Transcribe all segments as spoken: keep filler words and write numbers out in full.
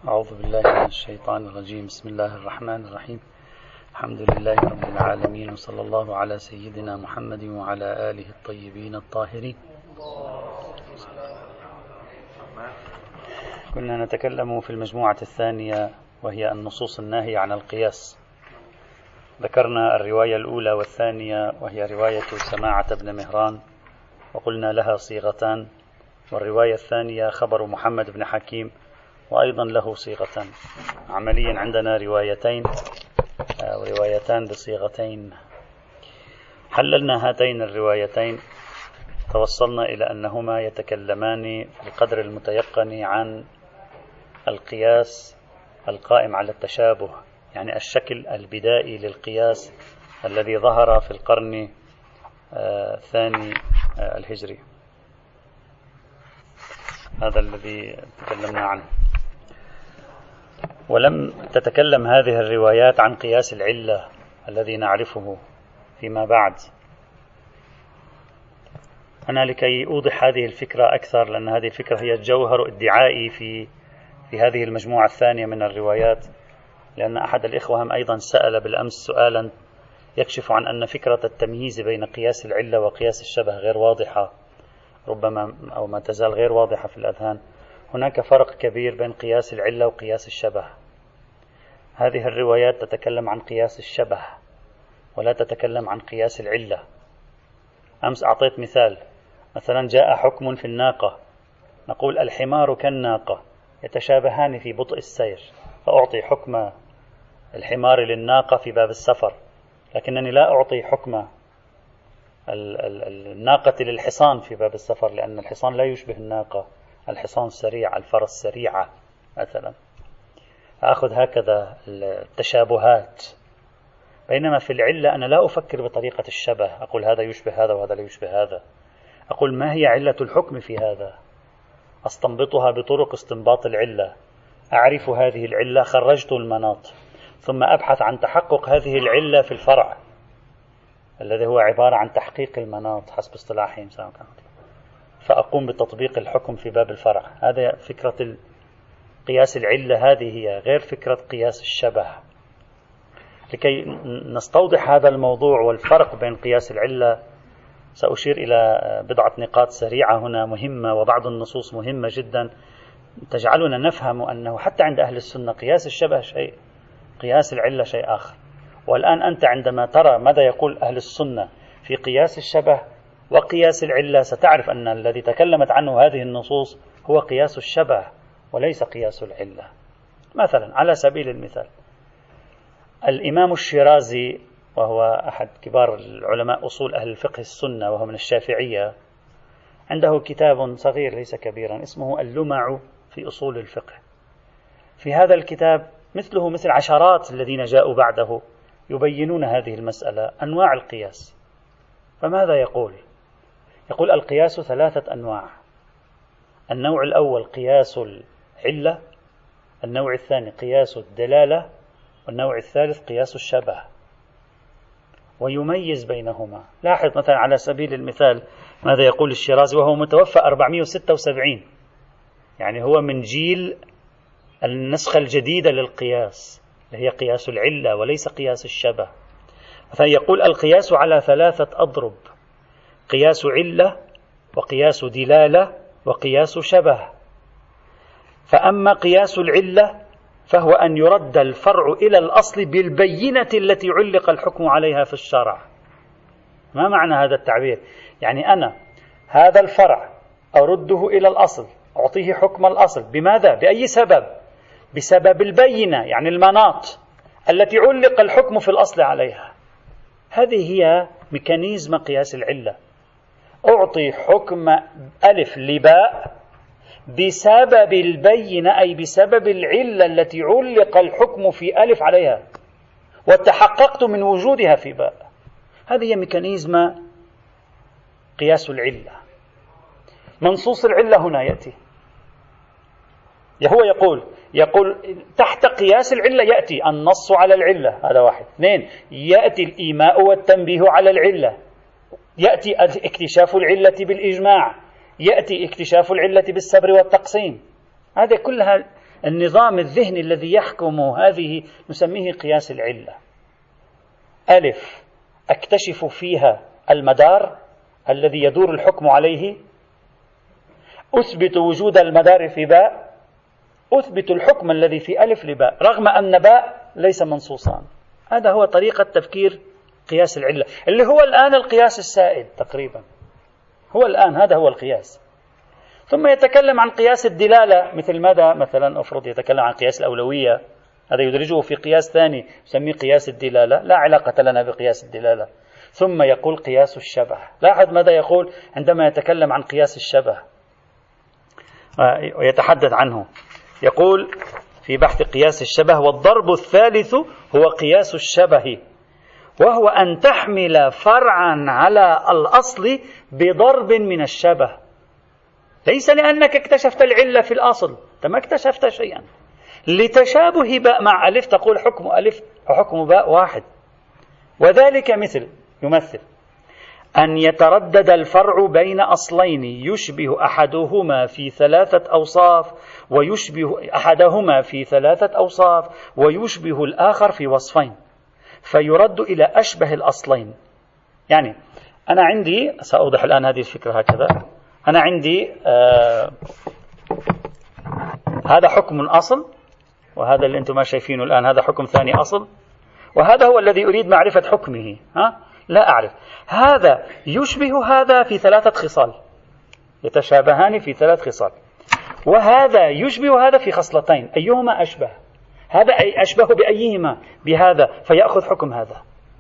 أعوذ بالله من الشيطان الرجيم. بسم الله الرحمن الرحيم. الحمد لله رب العالمين، وصلى الله على سيدنا محمد وعلى آله الطيبين الطاهرين. كنا نتكلم في المجموعة الثانية وهي النصوص الناهية عن القياس. ذكرنا الرواية الأولى والثانية وهي رواية سماعة بن مهران، وقلنا لها صيغتان، والرواية الثانية خبر محمد بن حكيم وأيضا له صيغتان. عمليا عندنا روايتين وروايتان بصيغتين. حللنا هاتين الروايتين، توصلنا إلى أنهما يتكلمان في القدر المتيقن عن القياس القائم على التشابه، يعني الشكل البدائي للقياس الذي ظهر في القرن الثاني الهجري. هذا الذي تكلمنا عنه. ولم تتكلم هذه الروايات عن قياس العلة الذي نعرفه فيما بعد. أنا لكي أوضح هذه الفكرة أكثر، لأن هذه الفكرة هي جوهر ادعائي في في هذه المجموعة الثانية من الروايات، لأن أحد الإخوة هم أيضا سأل بالأمس سؤالا يكشف عن أن فكرة التمييز بين قياس العلة وقياس الشبه غير واضحة، ربما أو ما تزال غير واضحة في الأذهان. هناك فرق كبير بين قياس العلة وقياس الشبه. هذه الروايات تتكلم عن قياس الشبه ولا تتكلم عن قياس العلة. أمس أعطيت مثال، مثلا جاء حكم في الناقة، نقول الحمار كالناقة يتشابهان في بطء السير، فأعطي حكم الحمار للناقة في باب السفر، لكنني لا أعطي حكم الناقة للحصان في باب السفر، لأن الحصان لا يشبه الناقة، الحصان سريع، الفرس سريعة مثلا. أخذ هكذا التشابهات. بينما في العلة أنا لا أفكر بطريقة الشبه، أقول هذا يشبه هذا وهذا لا يشبه هذا، أقول ما هي علة الحكم في هذا، أستنبطها بطرق استنباط العلة، أعرف هذه العلة، خرجت المناط، ثم أبحث عن تحقق هذه العلة في الفرع الذي هو عبارة عن تحقيق المناط حسب اصطلاحهم، فأقوم بتطبيق الحكم في باب الفرع. هذا فكرة قياس العلة، هذه هي غير فكرة قياس الشبه. لكي نستوضح هذا الموضوع والفرق بين قياس العلة سأشير إلى بضعة نقاط سريعة هنا مهمة، وبعض النصوص مهمة جدا تجعلنا نفهم أنه حتى عند أهل السنة قياس الشبه شيء، قياس العلة شيء آخر. والآن أنت عندما ترى ماذا يقول أهل السنة في قياس الشبه وقياس العلة ستعرف أن الذي تكلمت عنه هذه النصوص هو قياس الشبه وليس قياس العلة. مثلا على سبيل المثال، الإمام الشيرازي وهو أحد كبار العلماء أصول أهل الفقه السنة وهو من الشافعية، عنده كتاب صغير ليس كبيرا اسمه اللمع في أصول الفقه. في هذا الكتاب مثله مثل عشرات الذين جاءوا بعده يبينون هذه المسألة، أنواع القياس. فماذا يقول؟ يقول القياس ثلاثة أنواع. النوع الأول قياس العلة، النوع الثاني قياس الدلالة، والنوع الثالث قياس الشبه، ويميز بينهما. لاحظ مثلا على سبيل المثال ماذا يقول الشيرازي وهو متوفى أربعمائة وستة وسبعين، يعني هو من جيل النسخة الجديدة للقياس اللي هي قياس العلة وليس قياس الشبه. مثلا يقول القياس على ثلاثة أضرب: قياس علة، وقياس دلالة، وقياس شبه. فأما قياس العلة فهو أن يرد الفرع إلى الأصل بالبينة التي علق الحكم عليها في الشرع. ما معنى هذا التعبير؟ يعني أنا هذا الفرع أرده إلى الأصل، أعطيه حكم الأصل. بماذا؟ بأي سبب؟ بسبب البينة، يعني المناط التي علق الحكم في الأصل عليها. هذه هي ميكانيزم قياس العلة. أعطي حكم ألف لباء بسبب البينة، أي بسبب العلة التي علق الحكم في ألف عليها وتحققت من وجودها في باء. هذه هي ميكانيزم قياس العلة. منصوص العلة هنا يأتي، هو يقول يقول تحت قياس العلة يأتي النص على العلة، هذا واحد. اثنين، يأتي الإيماء والتنبيه على العلة، يأتي اكتشاف العلة بالإجماع، يأتي اكتشاف العلة بالصبر والتقسيم. هذه كلها النظام الذهني الذي يحكم هذه نسميه قياس العلة. ألف، أكتشف فيها المدار الذي يدور الحكم عليه، أثبت وجود المدار في باء، أثبت الحكم الذي في ألف لباء رغم أن باء ليس منصوصا. هذا هو طريقة تفكير قياس العلة، اللي هو الآن القياس السائد تقريبا، هو الآن هذا هو القياس. ثم يتكلم عن قياس الدلالة، مثل ماذا؟ مثلا أفرض يتكلم عن قياس الأولوية، هذا يدرجه في قياس ثاني يسميه قياس الدلالة، لا علاقة لنا بقياس الدلالة. ثم يقول قياس الشبه. لاحظ ماذا يقول عندما يتكلم عن قياس الشبه ويتحدث عنه. يقول في بحث قياس الشبه: والضرب الثالث هو قياس الشبه، وهو أن تحمل فرعا على الأصل بضرب من الشبه، ليس لأنك اكتشفت العلة في الأصل، أنت ما اكتشفت شيئا، لتشابه باء مع ألف تقول حكم ألف وحكم باء واحد. وذلك مثل يمثل أن يتردد الفرع بين أصلين يشبه أحدهما في ثلاثة أوصاف ويشبه أحدهما في ثلاثة أوصاف ويشبه الآخر في وصفين، فيرد إلى أشبه الأصلين. يعني أنا عندي، سأوضح الآن هذه الفكرة هكذا، أنا عندي آه هذا حكم أصل، وهذا اللي أنتم ما شايفينه الآن هذا حكم ثاني أصل، وهذا هو الذي أريد معرفة حكمه. ها؟ لا أعرف. هذا يشبه هذا في ثلاثة خصال، يتشابهان في ثلاث خصال، وهذا يشبه هذا في خصلتين، أيهما أشبه؟ هذا أي أشبه بأيهما؟ بهذا، فيأخذ حكم هذا.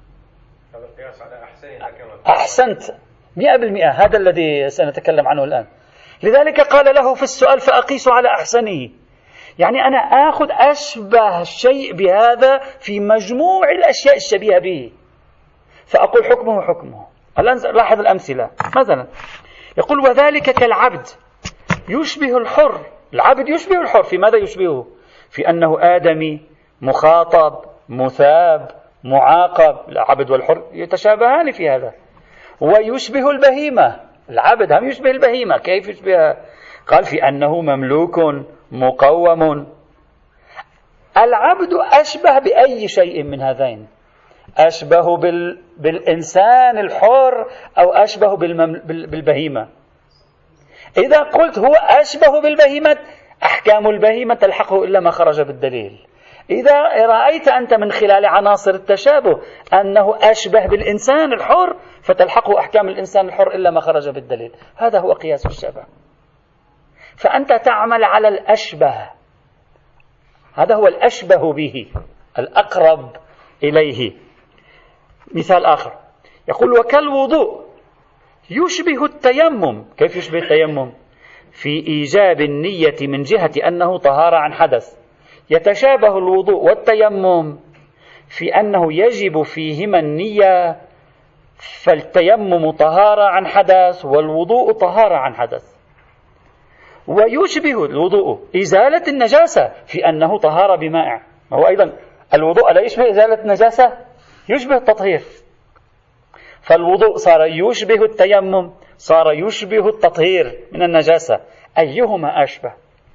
أحسنت مئة بالمئة، هذا الذي سنتكلم عنه الآن. لذلك قال له في السؤال: فأقيس على أحسنه، يعني أنا آخذ أشبه شيء بهذا في مجموع الأشياء الشبيهة به، فأقول حكمه حكمه. الآن لاحظ الأمثلة. مثلا يقول: وذلك كالعبد يشبه الحر. العبد يشبه الحر في ماذا يشبهه؟ في أنه آدمي، مخاطب، مثاب، معاقب. العبد والحر يتشابهان في هذا. ويشبه البهيمة، العبد هم يشبه البهيمة. كيف يشبه؟ قال: في أنه مملوك مقوم. العبد أشبه بأي شيء من هذين؟ أشبه بال... بالإنسان الحر أو أشبه بالمم... بال... بالبهيمة؟ إذا قلت هو أشبه بالبهيمة، أحكام البهيمة تلحقه إلا ما خرج بالدليل. إذا رأيت أنت من خلال عناصر التشابه أنه أشبه بالإنسان الحر، فتلحقه أحكام الإنسان الحر إلا ما خرج بالدليل. هذا هو قياس الشبه. فأنت تعمل على الأشبه، هذا هو الأشبه به، الأقرب إليه. مثال آخر يقول: وكالوضوء يشبه التيمم. كيف يشبه التيمم؟ في إيجاب النية من جهة أنه طهارة عن حدث. يتشابه الوضوء والتيمم في أنه يجب فيهما النية، فالتيمم طهارة عن حدث والوضوء طهارة عن حدث. ويشبه الوضوء إزالة النجاسة في أنه طهارة بمائع. هو أيضا الوضوء لا يشبه إزالة النجاسة؟ يشبه التطهير. فالوضوء صار يشبه التيمم، صار يشبه التطهير من النجاسة. أيهما أشبه؟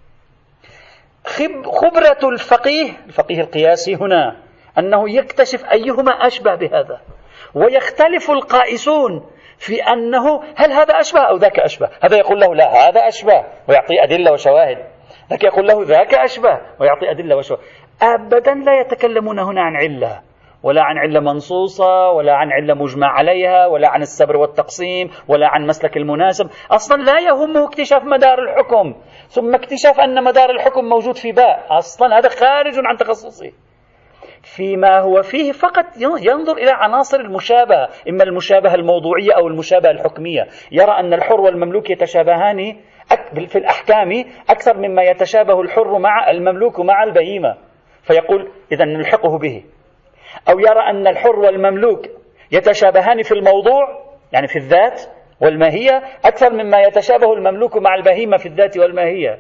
خبرة الفقيه الفقيه القياسي هنا أنه يكتشف أيهما أشبه بهذا. ويختلف القائسون في أنه هل هذا أشبه أو ذاك أشبه. هذا يقول له لا هذا أشبه ويعطي أدلة وشواهد، ذاك يقول له ذاك أشبه ويعطي أدلة وشواهد. أبدا لا يتكلمون هنا عن علة، ولا عن علة منصوصة، ولا عن علة مجمع عليها، ولا عن السبر والتقسيم، ولا عن مسلك المناسب. أصلا لا يهمه اكتشاف مدار الحكم، ثم اكتشاف أن مدار الحكم موجود في باء. أصلا هذا خارج عن تخصصه. فيما هو فيه فقط ينظر إلى عناصر المشابهة، إما المشابهة الموضوعية أو المشابهة الحكمية. يرى أن الحر والمملوك يتشابهان في الأحكام أكثر مما يتشابه الحر مع المملوك مع البهيمة، فيقول إذن نلحقه به. أو يرى أن الحر والمملوك يتشابهان في الموضوع، يعني في الذات والماهية، أكثر مما يتشابه المملوك مع البهيمة في الذات والماهية.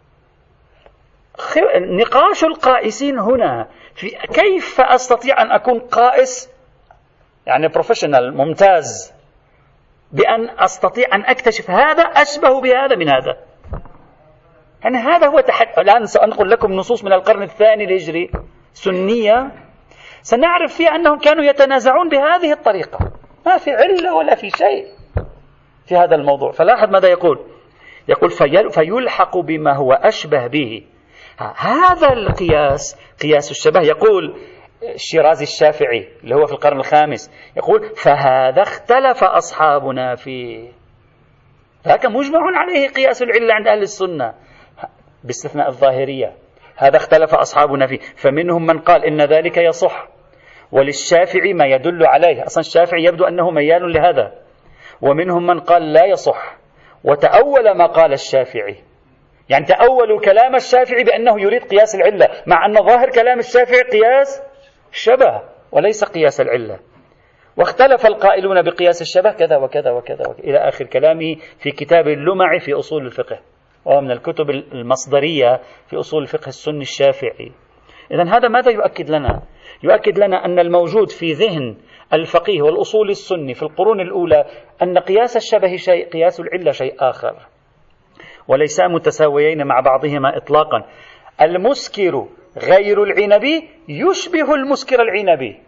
نقاش القائسين هنا في كيف أستطيع أن أكون قائس يعني بروفيشنال ممتاز، بأن أستطيع أن أكتشف هذا أشبه بهذا من هذا. يعني هذا هو تحدي. الآن سأنقل لكم نصوص من القرن الثاني الهجري سنية سنعرف فيها أنهم كانوا يتنازعون بهذه الطريقة، ما في علة ولا في شيء في هذا الموضوع. فلاحظ ماذا يقول، يقول فيلحق بما هو أشبه به. هذا القياس قياس الشبه. يقول الشيرازي الشافعي اللي هو في القرن الخامس، يقول فهذا اختلف أصحابنا فيه، ذاك مجمع عليه قياس العلة عند أهل السنة باستثناء الظاهرية. هذا اختلف أصحابنا فيه، فمنهم من قال إن ذلك يصح، وللشافعي ما يدل عليه، أصلا الشافعي يبدو أنه ميال لهذا، ومنهم من قال لا يصح وتأول ما قال الشافعي، يعني تأولوا كلام الشافعي بأنه يريد قياس العلة، مع أن ظاهر كلام الشافعي قياس الشبه وليس قياس العلة. واختلف القائلون بقياس الشبه كذا وكذا وكذا, وكذا إلى آخر كلامه في كتاب اللمع في أصول الفقه، وهو من الكتب المصدرية في أصول الفقه السني الشافعي. إذن هذا ماذا يؤكد لنا؟ يؤكد لنا أن الموجود في ذهن الفقيه والأصول السني في القرون الأولى أن قياس الشبه شيء، قياس العلة شيء آخر، وليسا متساويين مع بعضهما إطلاقا. المسكر غير العنبي يشبه المسكر العنبي،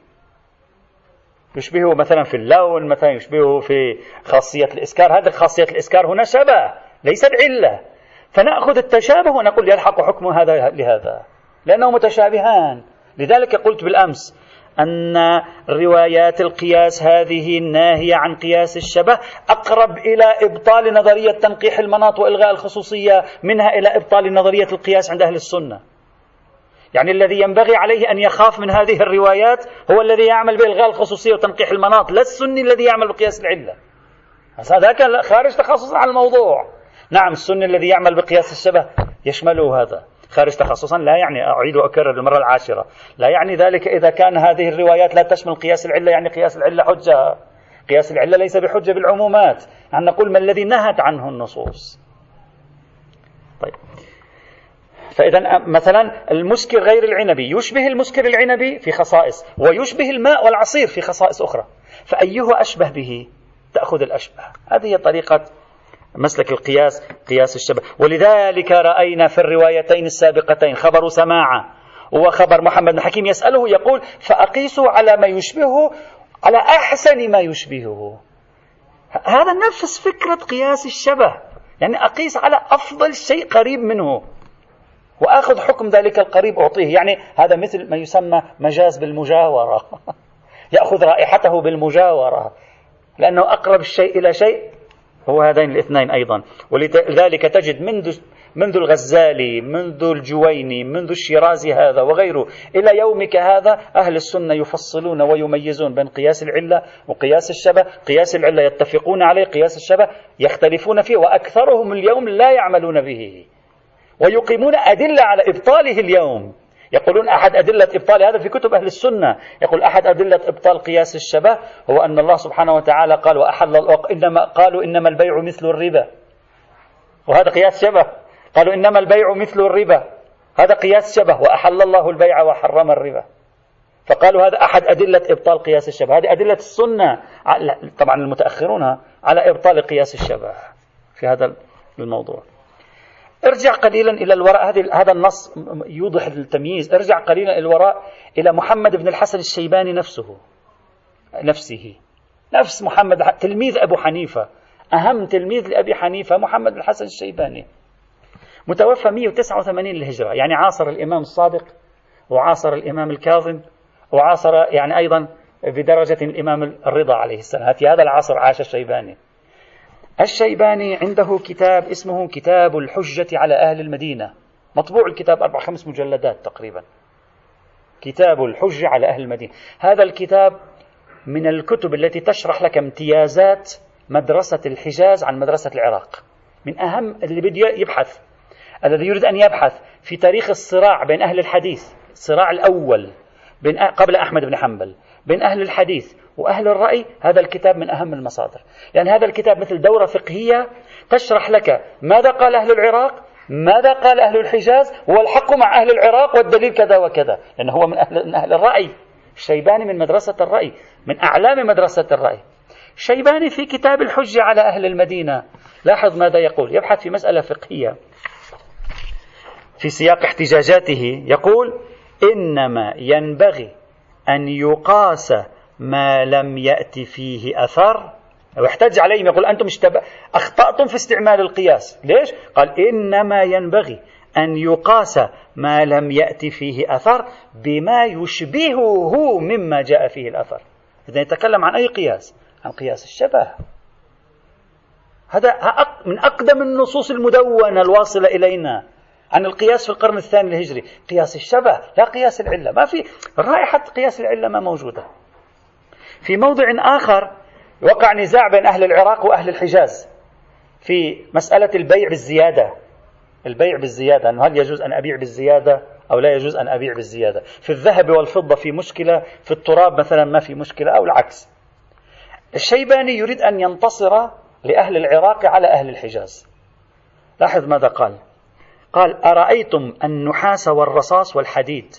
يشبهه مثلا في اللون، مثلا يشبهه في خاصية الإسكار. هذه خاصية الإسكار هنا شبه ليست علة، فنأخذ التشابه ونقول يلحق حكم هذا لهذا لأنه متشابهان. لذلك قلت بالأمس أن روايات القياس هذه الناهية عن قياس الشبه أقرب إلى إبطال نظرية تنقيح المناط وإلغاء الخصوصية منها إلى إبطال نظرية القياس عند أهل السنة. يعني الذي ينبغي عليه أن يخاف من هذه الروايات هو الذي يعمل بإلغاء الخصوصية وتنقيح المناط، لا السني الذي يعمل بقياس العلة، هذا خارج تخصصا عن الموضوع. نعم السني الذي يعمل بقياس الشبه يشمله هذا خارج تخصصا، لا يعني، أعيد وأكرر المرة العاشرة، لا يعني ذلك إذا كان هذه الروايات لا تشمل قياس العلة يعني قياس العلة حجة. قياس العلة ليس بحجة بالعمومات، عن نقول ما الذي نهت عنه النصوص. طيب، فإذا مثلا المسكر غير العنبي يشبه المسكر العنبي في خصائص، ويشبه الماء والعصير في خصائص أخرى، فأيه أشبه به تأخذ الأشبه. هذه هي طريقة مسلك القياس، قياس الشبه. ولذلك رأينا في الروايتين السابقتين خبر سماعة وخبر محمد بن حكيم يسأله يقول فأقيسوا على ما يشبهه على أحسن ما يشبهه. هذا نفس فكرة قياس الشبه، يعني أقيس على أفضل شيء قريب منه وأخذ حكم ذلك القريب أعطيه. يعني هذا مثل ما يسمى مجاز بالمجاورة يأخذ رائحته بالمجاورة لأنه أقرب الشيء إلى شيء هو هذين الاثنين أيضا. ولذلك تجد منذ منذ الغزالي، منذ الجويني، منذ الشيرازي هذا وغيره إلى يومك هذا أهل السنة يفصلون ويميزون بين قياس العلة وقياس الشبه. قياس العلة يتفقون عليه، قياس الشبه يختلفون فيه، وأكثرهم اليوم لا يعملون به ويقيمون أدلة على إبطاله اليوم. يقولون أحد أدلة إبطال هذا في كتب أهل السنة، يقول أحد أدلة إبطال قياس الشبه هو أن الله سبحانه وتعالى قال وأحل إنما قالوا إنما البيع مثل الربا، وهذا قياس شبه. قالوا إنما البيع مثل الربا، هذا قياس شبه، وأحل الله البيع وحرم الربا، فقالوا هذا أحد أدلة إبطال قياس الشبه. هذه أدلة السنة طبعا المتأخرون على إبطال قياس الشبه في هذا الموضوع. ارجع قليلا إلى الوراء، هذا النص يوضح التمييز. ارجع قليلا إلى الوراء إلى محمد بن الحسن الشيباني نفسه نفسه نفس محمد تلميذ أبو حنيفة، أهم تلميذ لأبي حنيفة محمد بن الحسن الشيباني، متوفى مئة وتسعة وثمانين للهجرة، يعني عاصر الإمام الصادق وعاصر الإمام الكاظم وعاصر يعني أيضا بدرجة الإمام الرضا عليه السلام. في هذا العصر عاش الشيباني. الشيباني عنده كتاب اسمه كتاب الحجة على أهل المدينة، مطبوع الكتاب أربع خمس مجلدات تقريبا، كتاب الحجة على أهل المدينة. هذا الكتاب من الكتب التي تشرح لك امتيازات مدرسة الحجاز عن مدرسة العراق. من أهم اللي بده يبحث، الذي يريد أن يبحث في تاريخ الصراع بين أهل الحديث، الصراع الأول بين قبل أحمد بن حنبل بين أهل الحديث وأهل الرأي، هذا الكتاب من أهم المصادر. يعني هذا الكتاب مثل دورة فقهية تشرح لك ماذا قال أهل العراق، ماذا قال أهل الحجاز، والحق مع أهل العراق والدليل كذا وكذا، لأنه هو من أهل, من أهل الرأي. الشيباني من مدرسة الرأي، من أعلام مدرسة الرأي. الشيباني في كتاب الحجة على أهل المدينة لاحظ ماذا يقول، يبحث في مسألة فقهية في سياق احتجاجاته يقول إنما ينبغي أن يقاس ما لم يأتي فيه أثر، واحتج عليهم يقول أنتم اشتب... أخطأتم في استعمال القياس. ليش؟ قال إنما ينبغي أن يقاس ما لم يأتي فيه أثر بما يشبهه مما جاء فيه الأثر. إذا يتكلم عن أي قياس؟ عن قياس الشبه. هذا من أقدم النصوص المدونة الواصلة إلينا عن القياس في القرن الثاني الهجري، قياس الشبه لا قياس العلة. ما في رائحة قياس العلة ما موجودة. في موضع آخر وقع نزاع بين أهل العراق وأهل الحجاز في مسألة البيع بالزيادة. البيع بالزيادة، أنه هل يجوز أن أبيع بالزيادة أو لا يجوز أن أبيع بالزيادة. في الذهب والفضة في مشكلة، في التراب مثلا ما في مشكلة، أو العكس. الشيباني يريد أن ينتصر لأهل العراق على أهل الحجاز. لاحظ ماذا قال. قال أرأيتم النحاس والرصاص والحديد.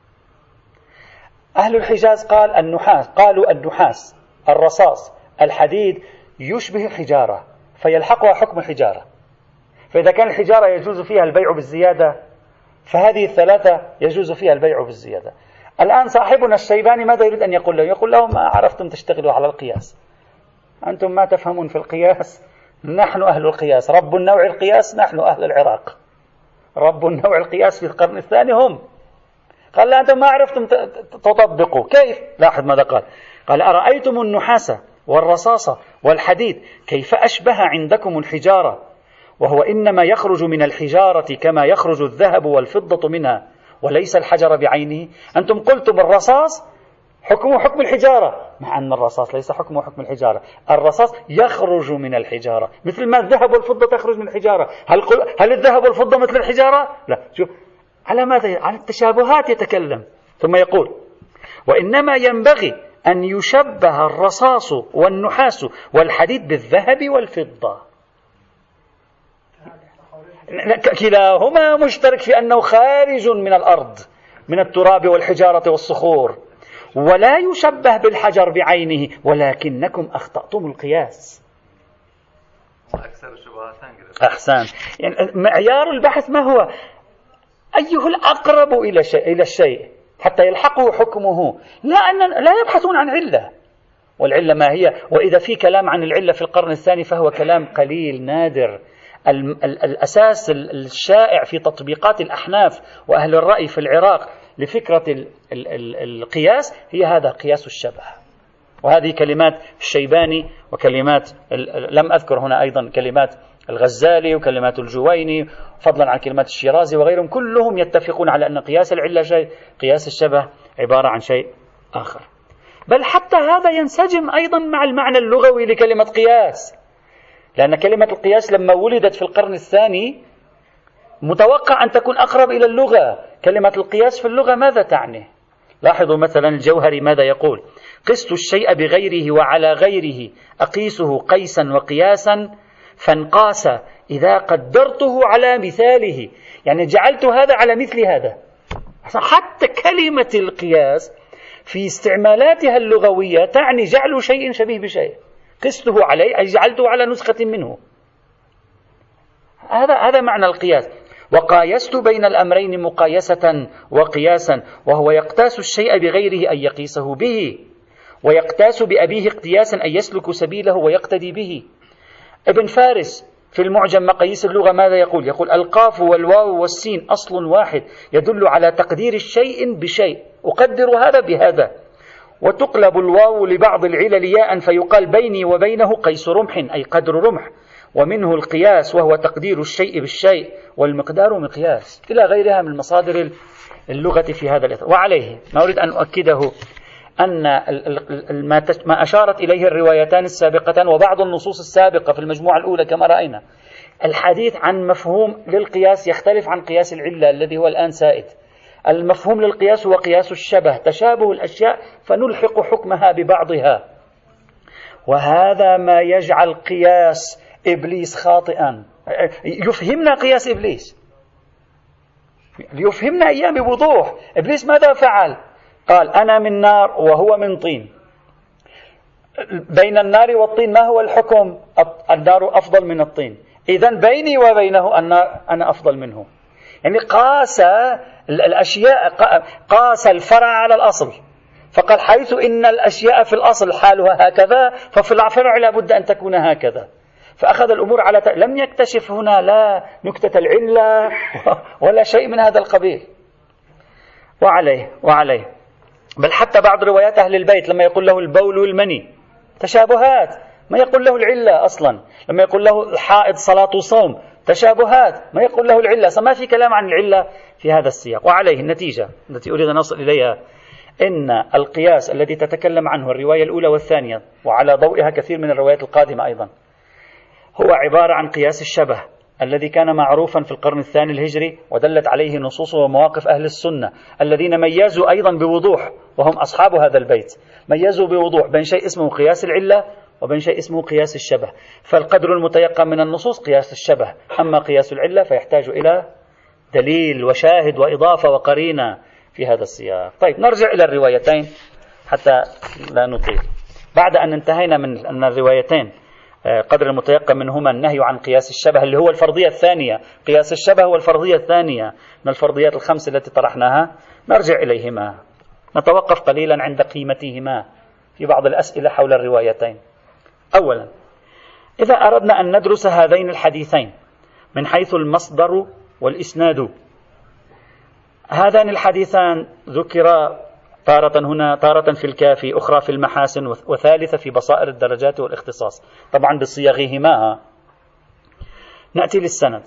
أهل الحجاز قال النحاس قالوا النحاس الرصاص الحديد يشبه الحجارة فيلحقها حكم الحجارة، فإذا كان الحجارة يجوز فيها البيع بالزيادة فهذه الثلاثة يجوز فيها البيع بالزيادة. الآن صاحبنا الشيباني ماذا يريد أن يقول له؟ يقول لهم ما عرفتم تشتغلوا على القياس، أنتم ما تفهمون في القياس، نحن أهل القياس، رب النوع القياس نحن أهل العراق، رب النوع القياس في القرن الثاني هم. قال لا أنتم ما عرفتم تطبقوا. كيف؟ لاحظ ماذا قال. قال أرأيتم النحاس والرصاص والحديد كيف أشبه عندكم الحجارة، وهو إنما يخرج من الحجارة كما يخرج الذهب والفضة منها وليس الحجر بعينه. أنتم قلتم الرصاص حكمه حكم الحجارة، مع أن الرصاص ليس حكمه حكم الحجارة. الرصاص يخرج من الحجارة مثل ما الذهب والفضة تخرج من الحجارة. هل, هل الذهب والفضة مثل الحجارة؟ لا. شوف على ماذا؟ على التشابهات يتكلم. ثم يقول وإنما ينبغي أن يشبه الرصاص والنحاس والحديد بالذهب والفضة. كلاهما مشترك في أنه خارج من الأرض من التراب والحجارة والصخور، ولا يشبه بالحجر بعينه، ولكنكم أخطأتم القياس. أحسن. يعني معيار البحث ما هو؟ أيه الأقرب إلى شيء إلى الشيء حتى يلحقه حكمه، لا أن لا يبحثون عن علة. والعلة ما هي؟ وإذا في كلام عن العلة في القرن الثاني فهو كلام قليل نادر. الأساس الشائع في تطبيقات الأحناف وأهل الرأي في العراق لفكرة القياس هي هذا قياس الشبه. وهذه كلمات الشيباني وكلمات لم أذكر هنا أيضا كلمات الغزالي وكلمات الجويني فضلا عن كلمات الشيرازي وغيرهم، كلهم يتفقون على أن قياس العلة شيء، قياس الشبه عبارة عن شيء آخر. بل حتى هذا ينسجم أيضا مع المعنى اللغوي لكلمة قياس، لأن كلمة القياس لما ولدت في القرن الثاني متوقع أن تكون أقرب إلى اللغة. كلمة القياس في اللغة ماذا تعني؟ لاحظوا مثلا الجوهري ماذا يقول. قست الشيء بغيره وعلى غيره أقيسه قيسا وقياسا فانقاس إذا قدرته على مثاله. يعني جعلت هذا على مثل هذا. حتى كلمة القياس في استعمالاتها اللغوية تعني جعل شيء شبيه بشيء. قسته عليه أي جعلته على نسخة منه. هذا هذا معنى القياس. وقايست بين الأمرين مقايسة وقياسا، وهو يقتاس الشيء بغيره أن يقيسه به، ويقتاس بأبيه اقتياسا أن يسلك سبيله ويقتدي به. ابن فارس في المعجم مقاييس اللغة ماذا يقول؟ يقول القاف والواو والسين أصل واحد يدل على تقدير الشيء بشيء، أقدر هذا بهذا. وتقلب الواو لبعض العلل ياء فيقال بيني وبينه قيس رمح أي قدر رمح، ومنه القياس وهو تقدير الشيء بالشيء، والمقدار مقياس، إلى غيرها من مصادر اللغة في هذا الإطار. وعليه ما أريد أن أؤكده أن ما أشارت إليه الروايتان السابقتان وبعض النصوص السابقة في المجموعة الأولى كما رأينا، الحديث عن مفهوم للقياس يختلف عن قياس العلة الذي هو الآن سائد. المفهوم للقياس هو قياس الشبه، تشابه الأشياء فنلحق حكمها ببعضها، وهذا ما يجعل قياس إبليس خاطئا. يفهمنا قياس إبليس، يفهمنا إياه بوضوح. إبليس ماذا فعل؟ قال أنا من نار وهو من طين، بين النار والطين ما هو الحكم؟ النار أفضل من الطين، إذن بيني وبينه النار أنا أفضل منه. يعني قاس الأشياء، قاس الفرع على الأصل، فقال حيث إن الأشياء في الأصل حالها هكذا ففي الفرع لا بد أن تكون هكذا، فأخذ الأمور على ت... لم يكتشف هنا لا نكتة العلة ولا شيء من هذا القبيل. وعليه وعليه بل حتى بعض روايات أهل البيت لما يقول له البول والمني تشابهات، ما يقول له العلة أصلا. لما يقول له الحائض صلاة وصوم تشابهات، ما يقول له العلة. فما في كلام عن العلة في هذا السياق. وعليه النتيجة التي أريد أن أصل إليها إن القياس الذي تتكلم عنه الرواية الأولى والثانية وعلى ضوئها كثير من الروايات القادمة أيضا هو عبارة عن قياس الشبه الذي كان معروفا في القرن الثاني الهجري، ودلت عليه نصوص ومواقف أهل السنة الذين ميزوا أيضا بوضوح، وهم أصحاب هذا البيت، ميزوا بوضوح بين شيء اسمه قياس العلة وبين شيء اسمه قياس الشبه. فالقدر المتيقن من النصوص قياس الشبه، أما قياس العلة فيحتاج إلى دليل وشاهد وإضافة وقرينة في هذا السياق. طيب نرجع إلى الروايتين حتى لا نطيل. بعد أن انتهينا من أن الروايتين قدر المتيقن منهما النهي عن قياس الشبه اللي هو الفرضية الثانية، قياس الشبه هو الفرضية الثانية من الفرضيات الخمس التي طرحناها، نرجع إليهما نتوقف قليلا عند قيمتهما في بعض الأسئلة حول الروايتين. أولا، إذا أردنا أن ندرس هذين الحديثين من حيث المصدر والإسناد، هذان الحديثان ذكر تارة هنا، تارة في الكافي، أخرى في المحاسن، وثالثة في بصائر الدرجات والاختصاص، طبعا بصيغهما. نأتي للسند.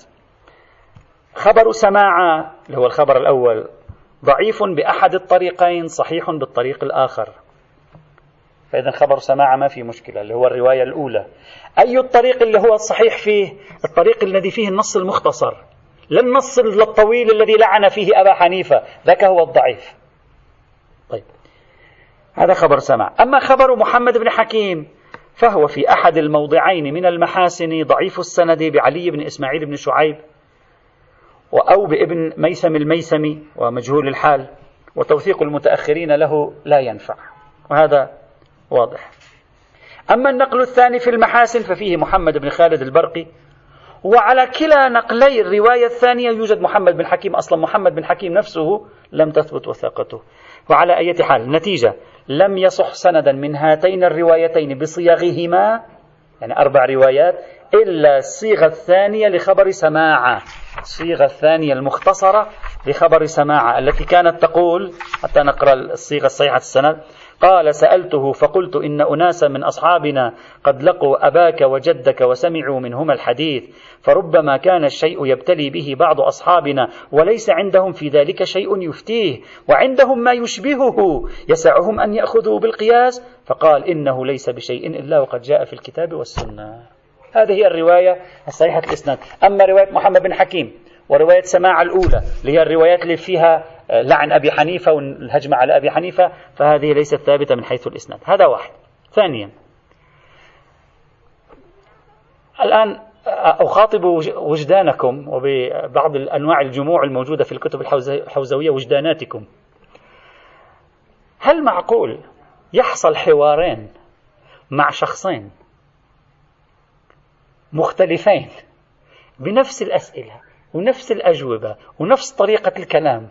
خبر سماع اللي هو الخبر الأول ضعيف بأحد الطريقين صحيح بالطريق الآخر، فإذا خبر سماع ما في مشكلة اللي هو الرواية الأولى. أي الطريق اللي هو الصحيح فيه؟ الطريق الذي فيه النص المختصر، لا النص الطويل الذي لعن فيه أبا حنيفة، ذاك هو الضعيف. طيب هذا خبر سماع. أما خبر محمد بن حكيم فهو في أحد الموضعين من المحاسن ضعيف السند بعلي بن إسماعيل بن شعيب أو بابن ميسم الميسمي ومجهول الحال، وتوثيق المتأخرين له لا ينفع، وهذا واضح. أما النقل الثاني في المحاسن ففيه محمد بن خالد البرقي، وعلى كلا نقلي الرواية الثانية يوجد محمد بن حكيم، أصلا محمد بن حكيم نفسه لم تثبت وثاقته. وعلى أي حال النتيجة لم يصح سندا من هاتين الروايتين بصيغهما، يعني أربع روايات، إلا الصيغة الثانية لخبر سماعة، الصيغة الثانية المختصرة لخبر سماعة التي كانت تقول، حتى نقرأ الصيغة الصحيحة السند: قال سألته فقلت إن أناسا من أصحابنا قد لقوا أباك وجدك وسمعوا منهما الحديث، فربما كان الشيء يبتلي به بعض أصحابنا وليس عندهم في ذلك شيء يفتيه، وعندهم ما يشبهه يسعهم أن يأخذوا بالقياس، فقال إنه ليس بشيء إلا وقد جاء في الكتاب والسنة. هذه هي الرواية الصحيحة الإسناد. أما رواية محمد بن حكيم ورواية سماع الأولى اللي هي الروايات اللي فيها لعن أبي حنيفة والهجمة على أبي حنيفة، فهذه ليست ثابتة من حيث الإسناد. هذا واحد. ثانيا، الآن أخاطب وجدانكم وببعض الأنواع الجموع الموجودة في الكتب الحوزوية، وجداناتكم. هل معقول يحصل حوارين مع شخصين مختلفين بنفس الأسئلة ونفس الأجوبة ونفس طريقة الكلام؟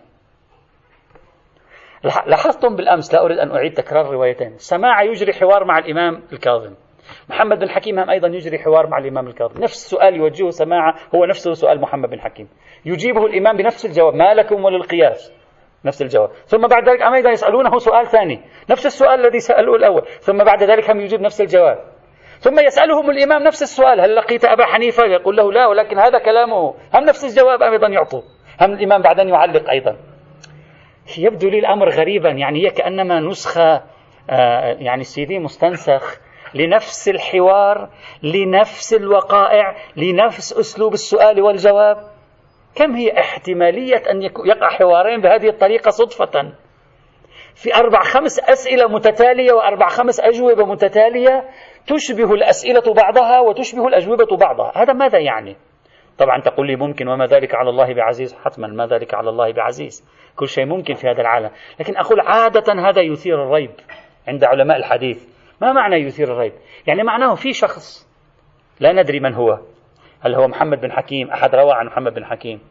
لاحظتم بالأمس، لا أريد أن أعيد تكرار روايتين، سماع يجري حوار مع الإمام الكاظم، محمد بن حكيم هم أيضا يجري حوار مع الإمام الكاظم، نفس السؤال يوجهه سماعة هو نفسه سؤال محمد بن حكيم، يجيبه الإمام بنفس الجواب: ما لكم وللقياس، نفس الجواب. ثم بعد ذلك أيضا يسألونه سؤال ثاني، نفس السؤال الذي سألوه الأول، ثم بعد ذلك هم يجيب نفس الجواب. ثم يسألهم الإمام نفس السؤال: هل لقيت أبا حنيفة؟ يقول له لا، ولكن هذا كلامه، هم نفس الجواب أيضا يعطوه، هم الإمام بعدين يعلق أيضا. يبدو لي الأمر غريبا، يعني هي كأنما نسخة آه يعني سي دي مستنسخ لنفس الحوار، لنفس الوقائع، لنفس أسلوب السؤال والجواب. كم هي احتمالية أن يقع حوارين بهذه الطريقة صدفة في أربع خمس أسئلة متتالية وأربع خمس أجوبة متتالية تشبه الأسئلة بعضها وتشبه الأجوبة بعضها؟ هذا ماذا يعني؟ طبعا تقول لي ممكن، وما ذلك على الله بعزيز. حتما ما ذلك على الله بعزيز، كل شيء ممكن في هذا العالم، لكن أقول عادة هذا يثير الريب عند علماء الحديث. ما معنى يثير الريب؟ يعني معناه في شخص لا ندري من هو، هل هو محمد بن حكيم، أحد روى عن محمد بن حكيم،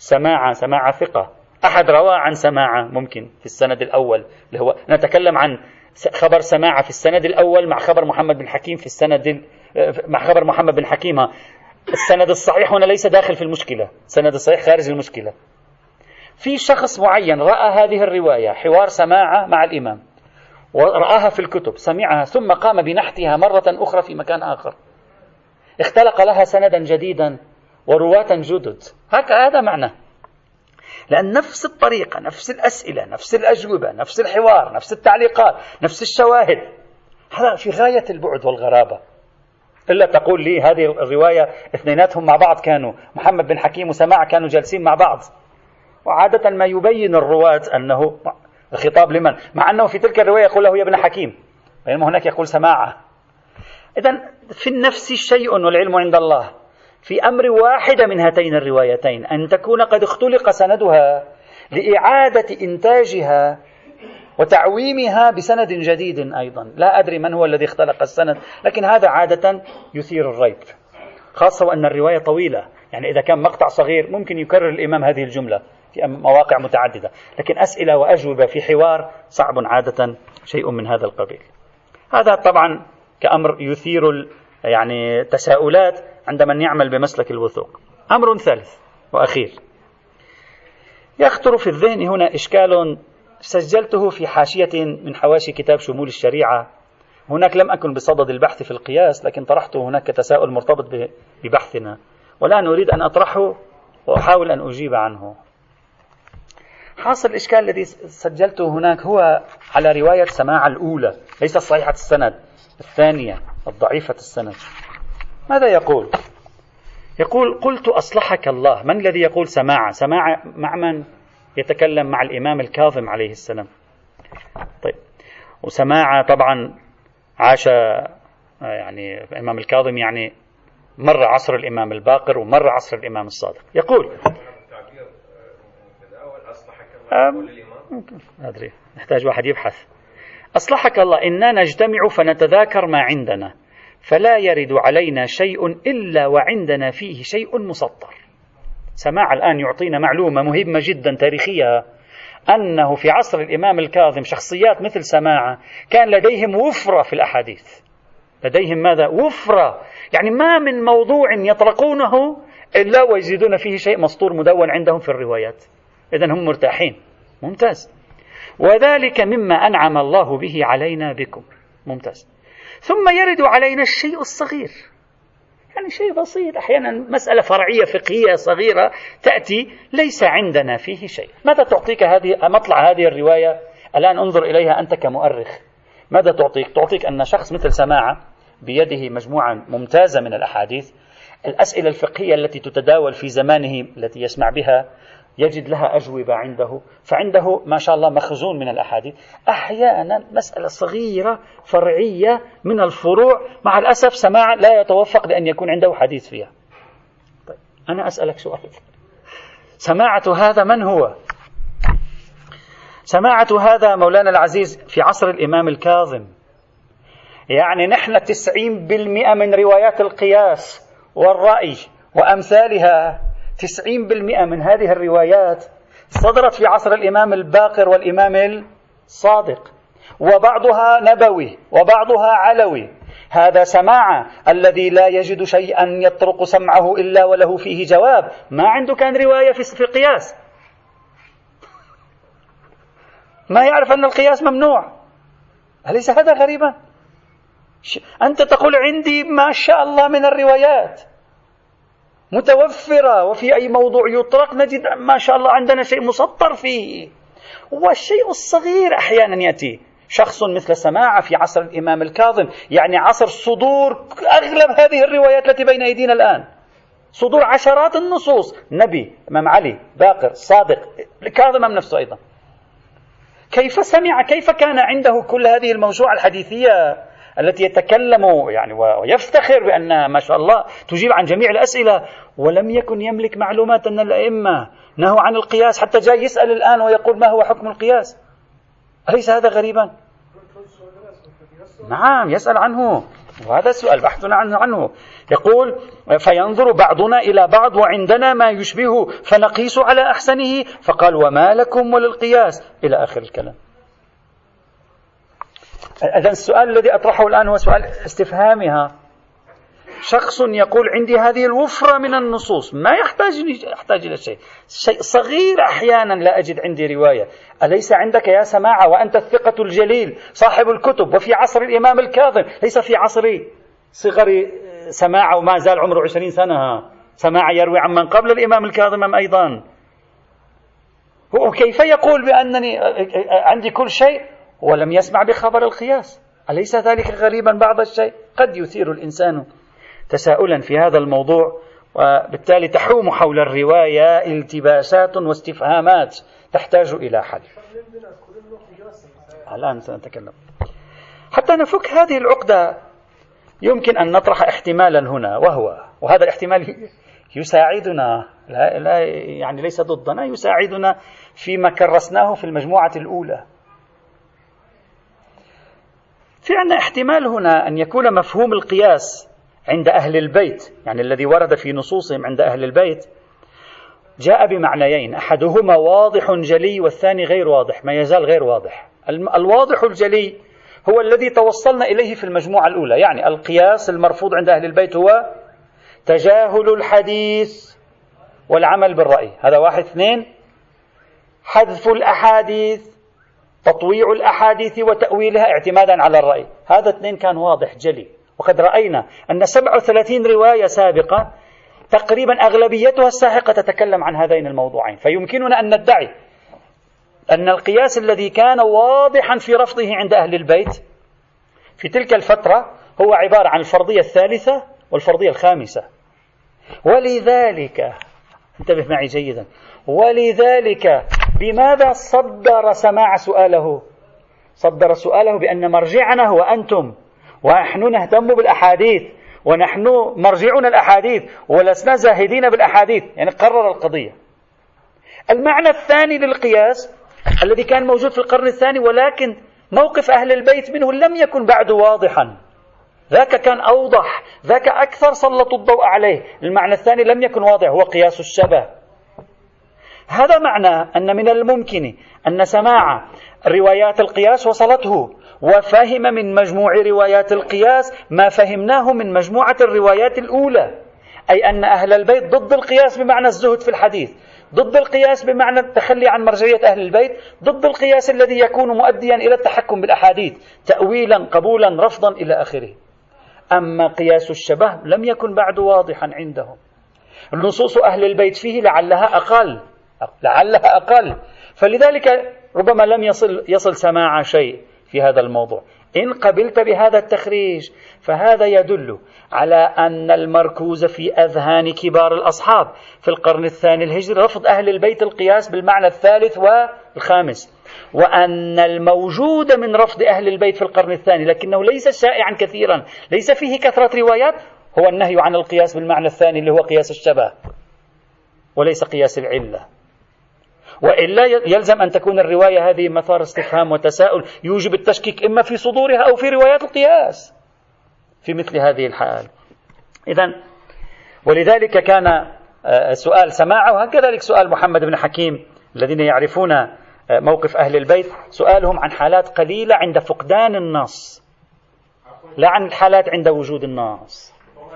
سماعة سماعة ثقة، أحد روى عن سماعة ممكن في السند الأول، اللي هو نتكلم عن خبر سماعة في السند الأول مع خبر محمد بن حكيم في السند مع خبر محمد بن حكيم. السند الصحيح هنا ليس داخل في المشكلة، السند الصحيح خارج المشكلة. في شخص معين رأى هذه الرواية حوار سماعة مع الإمام ورآها في الكتب، سمعها ثم قام بنحتها مرة أخرى في مكان آخر، اختلق لها سندا جديدا ورواة جدد. هذا معنى، لأن نفس الطريقة، نفس الأسئلة، نفس الأجوبة، نفس الحوار، نفس التعليقات، نفس الشواهد، هذا في غاية البعد والغرابة. إلا تقول لي هذه الرواية اثنيناتهم مع بعض، كانوا محمد بن حكيم وسماعة كانوا جالسين مع بعض، وعادة ما يبين الرواة أنه الخطاب لمن، مع أنه في تلك الرواية يقول له يا ابن حكيم، بينما هناك يقول سماعة. إذن في النفس شيء والعلم عند الله. في أمر واحدة من هاتين الروايتين أن تكون قد اختلق سندها لإعادة إنتاجها وتعويمها بسند جديد أيضا. لا أدري من هو الذي اختلق السند، لكن هذا عادة يثير الريب، خاصة وأن الرواية طويلة. يعني إذا كان مقطع صغير ممكن يكرر الإمام هذه الجملة في مواقع متعددة، لكن أسئلة وأجوبة في حوار صعب عادة شيء من هذا القبيل. هذا طبعا كأمر يثير يعني تساؤلات عند من يعمل بمسلك الوثوق. أمر ثالث وأخير يخطر في الذهن هنا إشكال سجلته في حاشية من حواشي كتاب شمول الشريعة. هناك لم أكن بصدد البحث في القياس، لكن طرحته هناك تساؤل مرتبط ببحثنا، والآن أريد أن أطرحه وأحاول أن أجيب عنه. حاصل الإشكال الذي سجلته هناك هو على رواية سماعة الأولى، ليس صحيحة السند، الثانية الضعيفة السند. ماذا يقول؟ يقول قلت أصلحك الله. من الذي يقول سماعة؟ سماعة مع من؟ يتكلم مع الإمام الكاظم عليه السلام. طيب، وسماعة طبعا عاش يعني الإمام الكاظم يعني مر عصر الإمام الباقر ومر عصر الإمام الصادق. يقول أدري نحتاج واحد يبحث. أصلحك الله إننا نجتمع فنتذاكر ما عندنا، فلا يرد علينا شيء إلا وعندنا فيه شيء مسطر. سماع الآن يعطينا معلومة مهمة جدا تاريخية، أنه في عصر الإمام الكاظم شخصيات مثل سماعة كان لديهم وفرة في الأحاديث، لديهم ماذا؟ وفرة، يعني ما من موضوع يطرقونه إلا ويزيدون فيه شيء مسطور مدون عندهم في الروايات. إذن هم مرتاحين. ممتاز. وذلك مما أنعم الله به علينا بكم. ممتاز. ثم يرد علينا الشيء الصغير، يعني شيء بسيط، أحيانا مسألة فرعية فقهية صغيرة تأتي ليس عندنا فيه شيء. ماذا تعطيك هذه مطلع هذه الرواية؟ الآن انظر إليها أنت كمؤرخ. ماذا تعطيك؟ تعطيك أن شخص مثل سماعة بيده مجموعة ممتازة من الأحاديث، الأسئلة الفقهية التي تتداول في زمانه التي يسمع بها يجد لها أجوبة عنده، فعنده ما شاء الله مخزون من الأحاديث. أحيانا مسألة صغيرة فرعية من الفروع مع الأسف سماع لا يتوفق لأن يكون عنده حديث فيها. طيب أنا أسألك سؤال، سماعة هذا من هو؟ سماعة هذا مولانا العزيز في عصر الإمام الكاظم. يعني نحن تسعين بالمئة من روايات القياس والرأي وأمثالها، تسعين بالمئة من هذه الروايات صدرت في عصر الإمام الباقر والإمام الصادق، وبعضها نبوي وبعضها علوي. هذا سماعة الذي لا يجد شيئا يطرق سمعه إلا وله فيه جواب، ما عنده كان رواية في القياس، ما يعرف أن القياس ممنوع. أليس هذا غريبا؟ أنت تقول عندي ما شاء الله من الروايات متوفرة، وفي أي موضوع يطرق نجد ما شاء الله عندنا شيء مسطر فيه. والشيء الصغير أحيانا يأتي شخص مثل سماعة في عصر الإمام الكاظم، يعني عصر صدور أغلب هذه الروايات التي بين أيدينا الآن، صدور عشرات النصوص، نبي، إمام علي، باقر، صادق، الكاظم نفسه أيضا. كيف سمع؟ كيف كان عنده كل هذه الموسوعة الحديثية التي يتكلم يعني ويفتخر بأنها ما شاء الله تجيب عن جميع الأسئلة، ولم يكن يملك معلومات أن الأئمة نهوا عن القياس، حتى جاي يسأل الآن ويقول ما هو حكم القياس؟ أليس هذا غريبا؟ نعم يسأل عنه، وهذا السؤال بحثنا عنه, عنه يقول فينظر بعضنا إلى بعض وعندنا ما يشبهه فنقيس على أحسنه، فقال وما لكم وللقياس إلى آخر الكلام. إذن السؤال الذي أطرحه الآن هو سؤال استفهامها. شخص يقول عندي هذه الوفرة من النصوص ما يحتاج يحتاج إلى شيء شيء صغير أحيانا لا أجد عندي رواية. أليس عندك يا سماعة وأنت الثقة الجليل صاحب الكتب وفي عصر الإمام الكاظم، ليس في عصر صغر سماعة وما زال عمره عشرين سنة، سماعة يروي عن من قبل الإمام الكاظم أيضا. وكيف يقول بأنني عندي كل شيء ولم يسمع بخبر القياس؟ أليس ذلك غريبا بعض الشيء؟ قد يثير الإنسان تساؤلا في هذا الموضوع، وبالتالي تحوم حول الرواية التباسات واستفهامات تحتاج إلى حل. الآن سنتكلم. حتى نفك هذه العقدة يمكن أن نطرح احتمالا هنا، وهو وهذا الاحتمال يساعدنا لا لا يعني ليس ضدنا، يساعدنا فيما كرسناه في المجموعة الأولى. في عندنا احتمال هنا أن يكون مفهوم القياس عند أهل البيت، يعني الذي ورد في نصوصهم عند أهل البيت، جاء بمعنيين، أحدهما واضح جلي والثاني غير واضح، ما يزال غير واضح. الواضح الجلي هو الذي توصلنا إليه في المجموعة الأولى، يعني القياس المرفوض عند أهل البيت هو تجاهل الحديث والعمل بالرأي، هذا واحد. اثنين، حذف الأحاديث، تطويع الأحاديث وتأويلها اعتمادا على الرأي، هذا اثنين كان واضح جلي. وقد رأينا أن سبعة وثلاثين رواية سابقة تقريبا أغلبيتها الساحقة تتكلم عن هذين الموضوعين، فيمكننا أن ندعي أن القياس الذي كان واضحا في رفضه عند أهل البيت في تلك الفترة هو عبارة عن الفرضية الثالثة والفرضية الخامسة. ولذلك انتبه معي جيدا، ولذلك بماذا صدر سماع سؤاله؟ صدر سؤاله بأن مرجعنا هو أنتم، ونحن نهتم بالأحاديث، ونحن مرجعنا الأحاديث ولسنا زاهدين بالأحاديث، يعني قرر القضية. المعنى الثاني للقياس الذي كان موجود في القرن الثاني ولكن موقف أهل البيت منه لم يكن بعد واضحا، ذاك كان أوضح، ذاك أكثر سلطوا الضوء عليه. المعنى الثاني لم يكن واضح، هو قياس الشبه. هذا معنى أن من الممكن أن سماع روايات القياس وصلته وفهم من مجموع روايات القياس ما فهمناه من مجموعة الروايات الأولى، أي أن أهل البيت ضد القياس بمعنى الزهد في الحديث، ضد القياس بمعنى التخلي عن مرجعية أهل البيت، ضد القياس الذي يكون مؤديا إلى التحكم بالأحاديث تأويلا قبولا رفضا إلى آخره. أما قياس الشبه لم يكن بعد واضحا عندهم. النصوص أهل البيت فيه لعلها أقل لعلها أقل فلذلك ربما لم يصل يصل سماع شيء في هذا الموضوع. إن قبلت بهذا التخريج فهذا يدل على أن المركوز في أذهان كبار الأصحاب في القرن الثاني الهجري رفض أهل البيت القياس بالمعنى الثالث والخامس، وأن الموجود من رفض أهل البيت في القرن الثاني لكنه ليس شائعا كثيرا، ليس فيه كثرة روايات، هو النهي عن القياس بالمعنى الثاني اللي هو قياس الشبه وليس قياس العلة. وإلا يلزم أن تكون الرواية هذه مثار استفهام وتساؤل يوجب التشكيك إما في صدورها أو في روايات القياس في مثل هذه الحال. إذن ولذلك كان سؤال سماعه وكذلك سؤال محمد بن حكيم الذين يعرفون موقف أهل البيت سؤالهم عن حالات قليلة عند فقدان النص، لا عن الحالات عند وجود النص.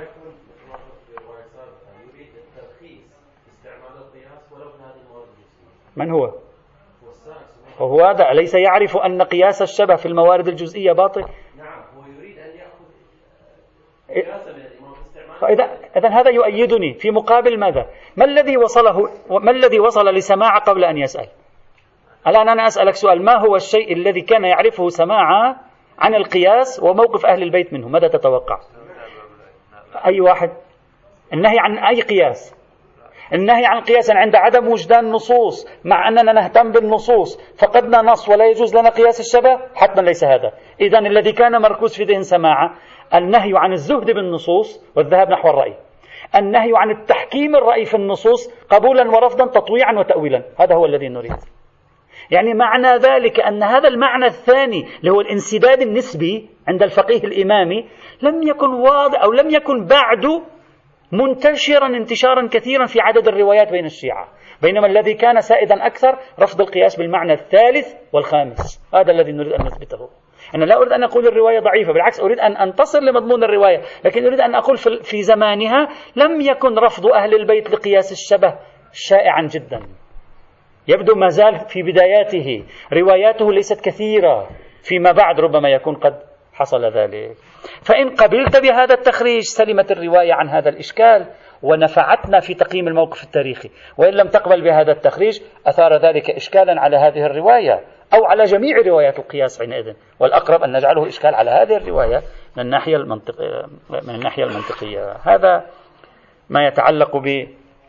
من هو؟ وهو هذا أليس يعرف أن قياس الشبه في الموارد الجزئية باطل؟ نعم، هو يريد أن يأخذ قياسا من الإمام في استعمال. فإذا إذن هذا يؤيدني في مقابل ماذا؟ ما الذي وصله ما الذي وصل لسماع قبل أن يسأل؟ الآن أنا أسألك سؤال، ما هو الشيء الذي كان يعرفه سماع عن القياس وموقف أهل البيت منه؟ ماذا تتوقع؟ أي واحد؟ النهي عن أي قياس؟ النهي عن قياس عند عدم وجدان نصوص، مع أننا نهتم بالنصوص فقدنا نص ولا يجوز لنا قياس الشبه، حتما ليس هذا. إذن الذي كان مركوز في ذهن سماعة النهي عن الزهد بالنصوص والذهاب نحو الرأي، النهي عن التحكيم الرأي في النصوص قبولا ورفضا تطويعا وتأويلا، هذا هو الذي نريد. يعني معنى ذلك أن هذا المعنى الثاني اللي هو الانسداد النسبي عند الفقيه الإمامي لم يكن واضح أو لم يكن بعد منتشرا انتشارا كثيرا في عدد الروايات بين الشيعة، بينما الذي كان سائدا أكثر رفض القياس بالمعنى الثالث والخامس. هذا الذي نريد أن نثبته. أنا لا أريد أن أقول الرواية ضعيفة، بالعكس أريد أن أنتصر لمضمون الرواية، لكن أريد أن أقول في زمانها لم يكن رفض أهل البيت لقياس الشبه شائعا جدا. يبدو ما زال في بداياته، رواياته ليست كثيرة، فيما بعد ربما يكون قد حصل ذلك. فإن قبلت بهذا التخريج سلمت الرواية عن هذا الإشكال ونفعتنا في تقييم الموقف التاريخي، وإن لم تقبل بهذا التخريج أثار ذلك إشكالا على هذه الرواية أو على جميع روايات القياس حينئذ، والأقرب أن نجعله إشكال على هذه الرواية من الناحية المنطقية. من الناحية المنطقية هذا ما يتعلق ب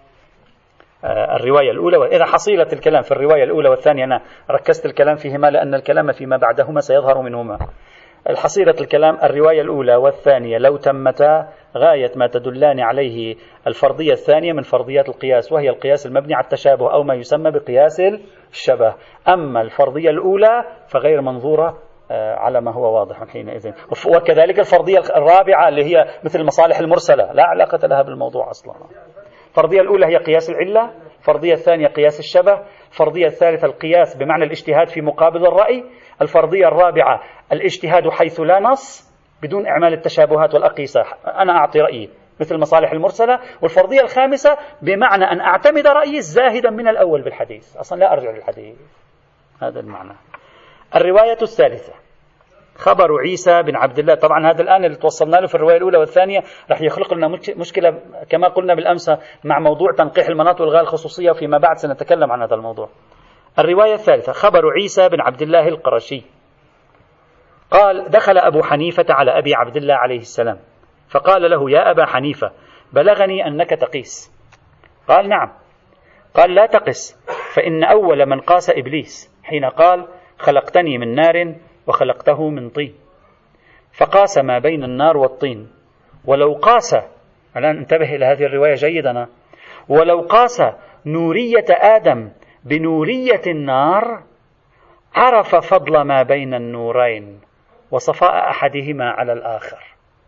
الرواية الأولى. وإذا حصيلة الكلام في الرواية الأولى والثانية أنا ركزت الكلام فيهما لأن الكلام فيما بعدهما سيظهر منهما. الحصيلة الكلام الرواية الأولى والثانية لو تمتا غاية ما تدلان عليه الفرضية الثانية من فرضيات القياس، وهي القياس المبني على التشابه أو ما يسمى بقياس الشبه. أما الفرضية الأولى فغير منظورة على ما هو واضح حينئذ. وكذلك الفرضية الرابعة اللي هي مثل المصالح المرسلة لا علاقة لها بالموضوع أصلا. الفرضية الأولى هي قياس العلة، الفرضية الثانية قياس الشبه، الفرضية الثالثة القياس بمعنى الاجتهاد في مقابل الرأي، الفرضية الرابعة الاجتهاد حيث لا نص بدون إعمال التشابهات والأقيسة، أنا أعطي رأيي مثل المصالح المرسلة، والفرضية الخامسة بمعنى أن أعتمد رأيي زاهدا من الأول بالحديث، أصلا لا أرجع للحديث. هذا المعنى. الرواية الثالثة خبر عيسى بن عبد الله. طبعا هذا الآن اللي توصلنا له في الرواية الأولى والثانية راح يخلق لنا مشكلة كما قلنا بالأمس مع موضوع تنقيح المناط والغاء الخصوصية، فيما بعد سنتكلم عن هذا الموضوع. الرواية الثالثة خبر عيسى بن عبد الله القرشي قال: دخل أبو حنيفة على أبي عبد الله عليه السلام فقال له: يا أبا حنيفة بلغني أنك تقيس. قال: نعم. قال: لا تقس، فإن أول من قاس إبليس حين قال: خلقتني من نار وخلقته من طين. فقاس ما بين النار والطين. ولو قاس، الآن انتبه إلى هذه الرواية جيدا، ولو قاس نورية آدم بنورية النار عرف فضل ما بين النورين وصفاء أحدهما على الآخر.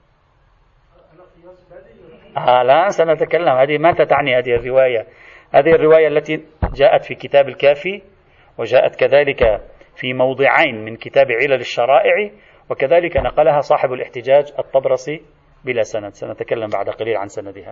آه لا سنتكلم، هذه ما تعني هذه الرواية. هذه الرواية التي جاءت في كتاب الكافي، وجاءت كذلك في موضعين من كتاب علل الشرائع، وكذلك نقلها صاحب الاحتجاج الطبرسي بلا سند، سنتكلم بعد قليل عن سندها.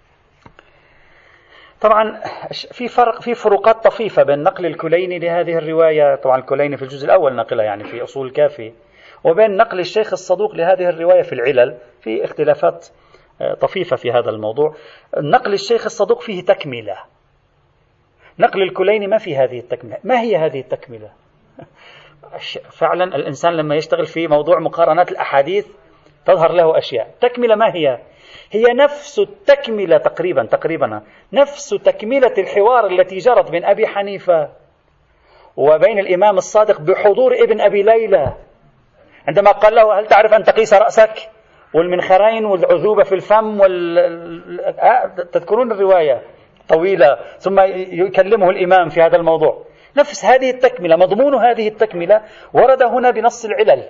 طبعا في فرق في فروقات طفيفة بين نقل الكليني لهذه الرواية، طبعا الكليني في الجزء الأول نقلها يعني في أصول الكافي، وبين نقل الشيخ الصدوق لهذه الرواية في العلل، في اختلافات طفيفة في هذا الموضوع. نقل الشيخ الصدوق فيه تكملة، نقل الكليني ما في هذه التكملة. ما هي هذه التكملة؟ فعلا الإنسان لما يشتغل في موضوع مقارنات الأحاديث تظهر له أشياء. تكملة ما هي؟ هي نفس التكملة تقريبا تقريبا نفس تكملة الحوار التي جرت بين أبي حنيفة وبين الإمام الصادق بحضور ابن أبي ليلى، عندما قال له: هل تعرف أن تقيس رأسك والمنخرين والعذوبة في الفم وال... تذكرون الرواية طويلة، ثم يكلمه الإمام في هذا الموضوع. نفس هذه التكملة، مضمون هذه التكملة ورد هنا بنص العلل.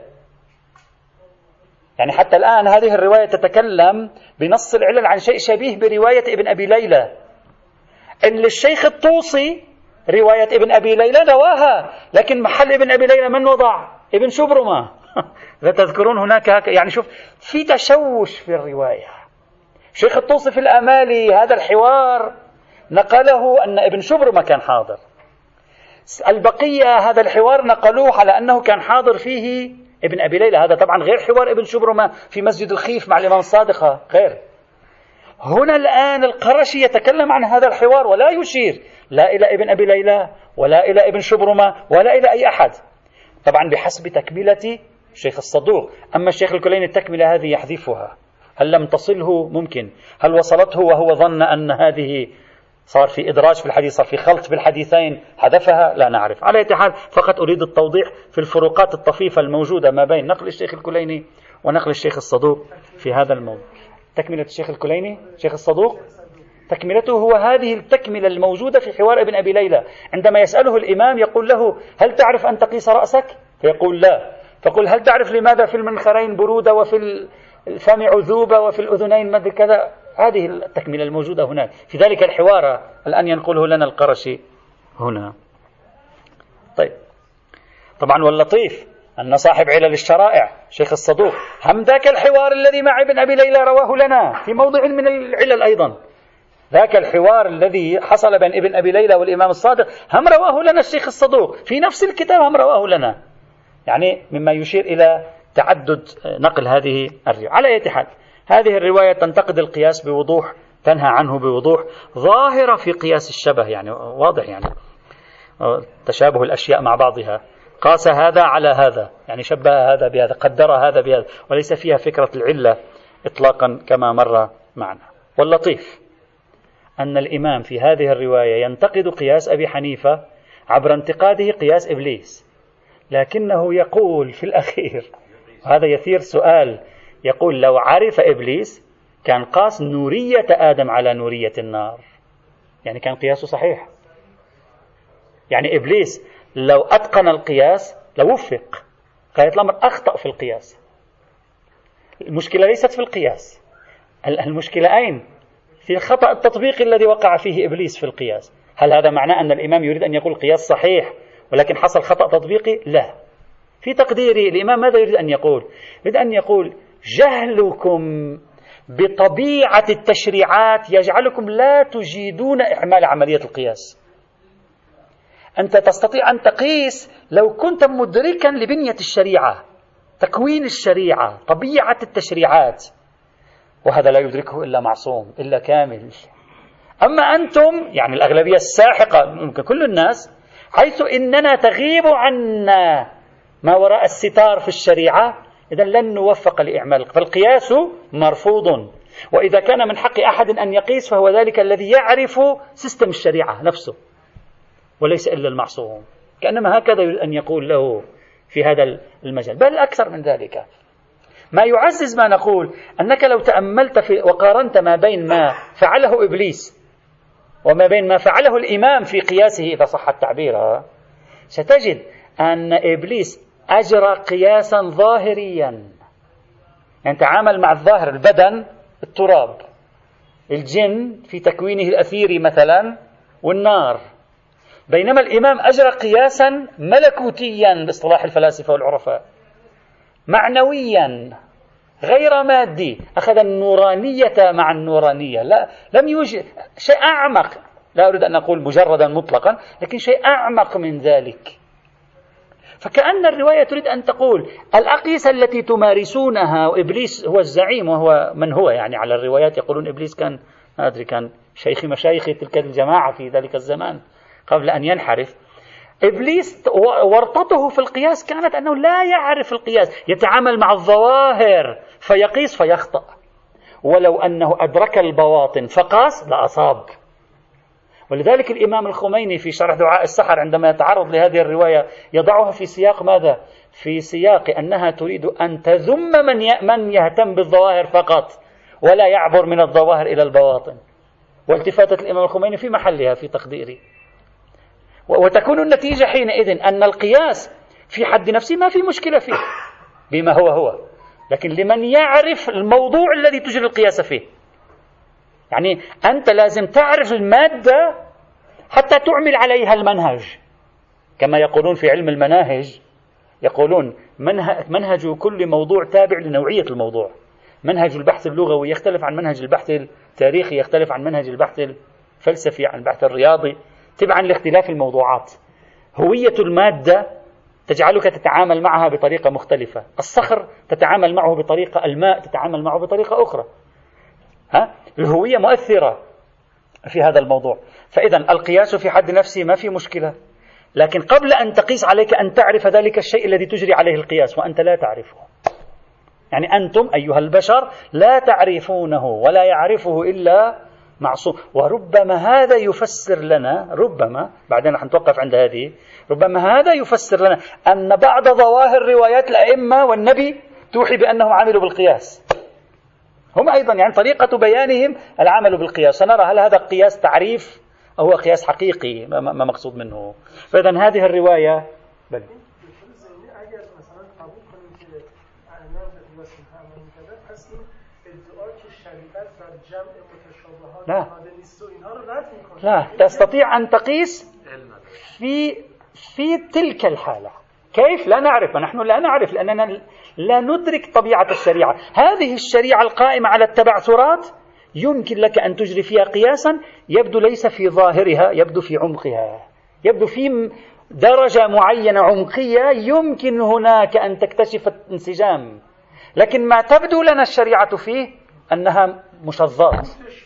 يعني حتى الآن هذه الرواية تتكلم بنص العلل عن شيء شبيه برواية ابن أبي ليلى، اللي الشيخ الطوسي رواية ابن أبي ليلى رواها، لكن محل ابن أبي ليلى من وضع؟ ابن شبرمة. إذا تذكرون هناك يعني شوف في تشوش في الرواية. شيخ الطوسي في الأمالي هذا الحوار نقله أن ابن شبرمة كان حاضر، البقية هذا الحوار نقلوه على أنه كان حاضر فيه ابن أبي ليلى. هذا طبعا غير حوار ابن شبرمة في مسجد الخيف مع الإمام الصادق، غير. هنا الآن القرشي يتكلم عن هذا الحوار ولا يشير لا إلى ابن أبي ليلى ولا إلى ابن شبرمة ولا إلى أي أحد، طبعا بحسب تكملة الشيخ الصدوق. أما الشيخ الكليني التكملة هذه يحذفها، هل لم تصله ممكن، هل وصلته وهو ظن أن هذه صار في إدراج في الحديث، صار في خلط بالحديثين، حذفها، لا نعرف. على أي حال فقط أريد التوضيح في الفروقات الطفيفة الموجودة ما بين نقل الشيخ الكليني ونقل الشيخ الصدوق في هذا الموضوع. تكملة الشيخ الكليني، الشيخ الصدوق تكملته هو هذه التكملة الموجودة في حوار ابن أبي ليلى، عندما يسأله الإمام يقول له: هل تعرف أن تقيس رأسك؟ فيقول: لا. فقل: هل تعرف لماذا في المنخرين برودة وفي الفم عذوبة وفي الأذنين ماذا كذا؟ هذه التكملة الموجودة هناك في ذلك الحوار الآن ينقله لنا القرشي هنا. طيب، طبعا واللطيف أن صاحب علل الشرائع شيخ الصدوق هم ذاك الحوار الذي مع ابن أبي ليلى رواه لنا في موضع من العلل أيضا. ذاك الحوار الذي حصل بين ابن أبي ليلى والإمام الصادق هم رواه لنا الشيخ الصدوق في نفس الكتاب، هم رواه لنا، يعني مما يشير إلى تعدد نقل هذه الرواية. على أي حال، هذه الرواية تنتقد القياس بوضوح، تنهى عنه بوضوح، ظاهرة في قياس الشبه، يعني واضح، يعني تشابه الأشياء مع بعضها. قاس هذا على هذا، يعني شبه هذا بهذا، قدر هذا بهذا، وليس فيها فكرة العلة إطلاقا كما مر معنا. واللطيف أن الإمام في هذه الرواية ينتقد قياس أبي حنيفة عبر انتقاده قياس إبليس، لكنه يقول في الأخير، وهذا يثير سؤال، يقول: لو عرف إبليس كان قاس نورية آدم على نورية النار، يعني كان قياسه صحيح. يعني إبليس لو أتقن القياس لوفق، غاية الأمر أخطأ في القياس. المشكلة ليست في القياس، المشكلة أين؟ في الخطأ التطبيقي الذي وقع فيه إبليس في القياس. هل هذا معناه أن الإمام يريد أن يقول قياس صحيح ولكن حصل خطأ تطبيقي؟ لا. في تقديري الإمام ماذا يريد أن يقول؟ يريد أن يقول: جهلكم بطبيعة التشريعات يجعلكم لا تجيدون إعمال عملية القياس. أنت تستطيع أن تقيس لو كنت مدركا لبنية الشريعة، تكوين الشريعة، طبيعة التشريعات، وهذا لا يدركه إلا معصوم، إلا كامل. أما أنتم، يعني الأغلبية الساحقة، ممكن كل الناس، حيث إننا تغيب عنا ما وراء الستار في الشريعة، إذن لن نوفق لإعمال. فالقياس مرفوض، وإذا كان من حق أحد أن يقيس فهو ذلك الذي يعرف سيستم الشريعة نفسه، وليس إلا المعصوم. كأنما هكذا يريد أن يقول له في هذا المجال، بل أكثر من ذلك. ما يعزز ما نقول أنك لو تأملت في وقارنت ما بين ما فعله إبليس وما بين ما فعله الإمام في قياسه، إذا صح التعبير، ستجد أن إبليس أجرى قياسا ظاهريا، يعني تعامل مع الظاهر، البدن التراب، الجن في تكوينه الأثيري مثلا، والنار، بينما الإمام أجرى قياسا ملكوتيا باصطلاح الفلاسفة والعرفاء، معنويا غير مادي، أخذ النورانية مع النورانية. لا، لم يوجد شيء أعمق، لا أريد أن أقول مجردا مطلقا، لكن شيء أعمق من ذلك. فكأن الرواية تريد أن تقول الأقيسة التي تمارسونها، وإبليس هو الزعيم وهو من هو، يعني على الروايات يقولون إبليس كان، ما أدري، كان شيخ مشايخ تلك الجماعة في ذلك الزمان قبل أن ينحرف. إبليس ورطته في القياس كانت أنه لا يعرف القياس، يتعامل مع الظواهر فيقيس فيخطأ، ولو أنه أدرك البواطن فقاس لأصاب. ولذلك الإمام الخميني في شرح دعاء السحر عندما يتعرض لهذه الرواية يضعها في سياق ماذا؟ في سياق أنها تريد أن تذم من من يهتم بالظواهر فقط ولا يعبر من الظواهر إلى البواطن. والتفاتة الإمام الخميني في محلها في تقديري. وتكون النتيجة حينئذ أن القياس في حد نفسه ما في مشكلة فيه بما هو هو، لكن لمن يعرف الموضوع الذي تجري القياس فيه. يعني أنت لازم تعرف المادة حتى تعمل عليها المنهج، كما يقولون في علم المناهج، يقولون منهج كل موضوع تابع لنوعية الموضوع. منهج البحث اللغوي يختلف عن منهج البحث التاريخي، يختلف عن منهج البحث الفلسفي، عن البحث الرياضي، تبعا لاختلاف الموضوعات. هوية المادة تجعلك تتعامل معها بطريقة مختلفة. الصخر تتعامل معه بطريقة، الماء تتعامل معه بطريقة أخرى. ها؟ الهوية مؤثرة في هذا الموضوع. فإذا القياس في حد نفسه ما في مشكلة، لكن قبل أن تقيس عليك أن تعرف ذلك الشيء الذي تجري عليه القياس وأنت لا تعرفه. يعني أنتم أيها البشر لا تعرفونه ولا يعرفه إلا معصوم. وربما هذا يفسر لنا، ربما بعدين رح نتوقف عند هذه، ربما هذا يفسر لنا أن بعض ظواهر روايات الأئمة والنبي توحي بأنهم عملوا بالقياس. هم أيضا يعني طريقة بيانهم العمل بالقياس، سنرى هل هذا القياس تعريف أو هو قياس حقيقي ما مقصود منه. فإذا هذه الرواية بل. لا لا تستطيع أن تقيس في في تلك الحالة. كيف؟ لا نعرف، نحن لا نعرف لأننا لا ندرك طبيعة الشريعة. هذه الشريعة القائمة على التبعثرات يمكن لك أن تجري فيها قياسا يبدو ليس في ظاهرها، يبدو في عمقها، يبدو في درجة معينة عمقية يمكن هناك أن تكتشف الانسجام، لكن ما تبدو لنا الشريعة فيه أنها مشظات.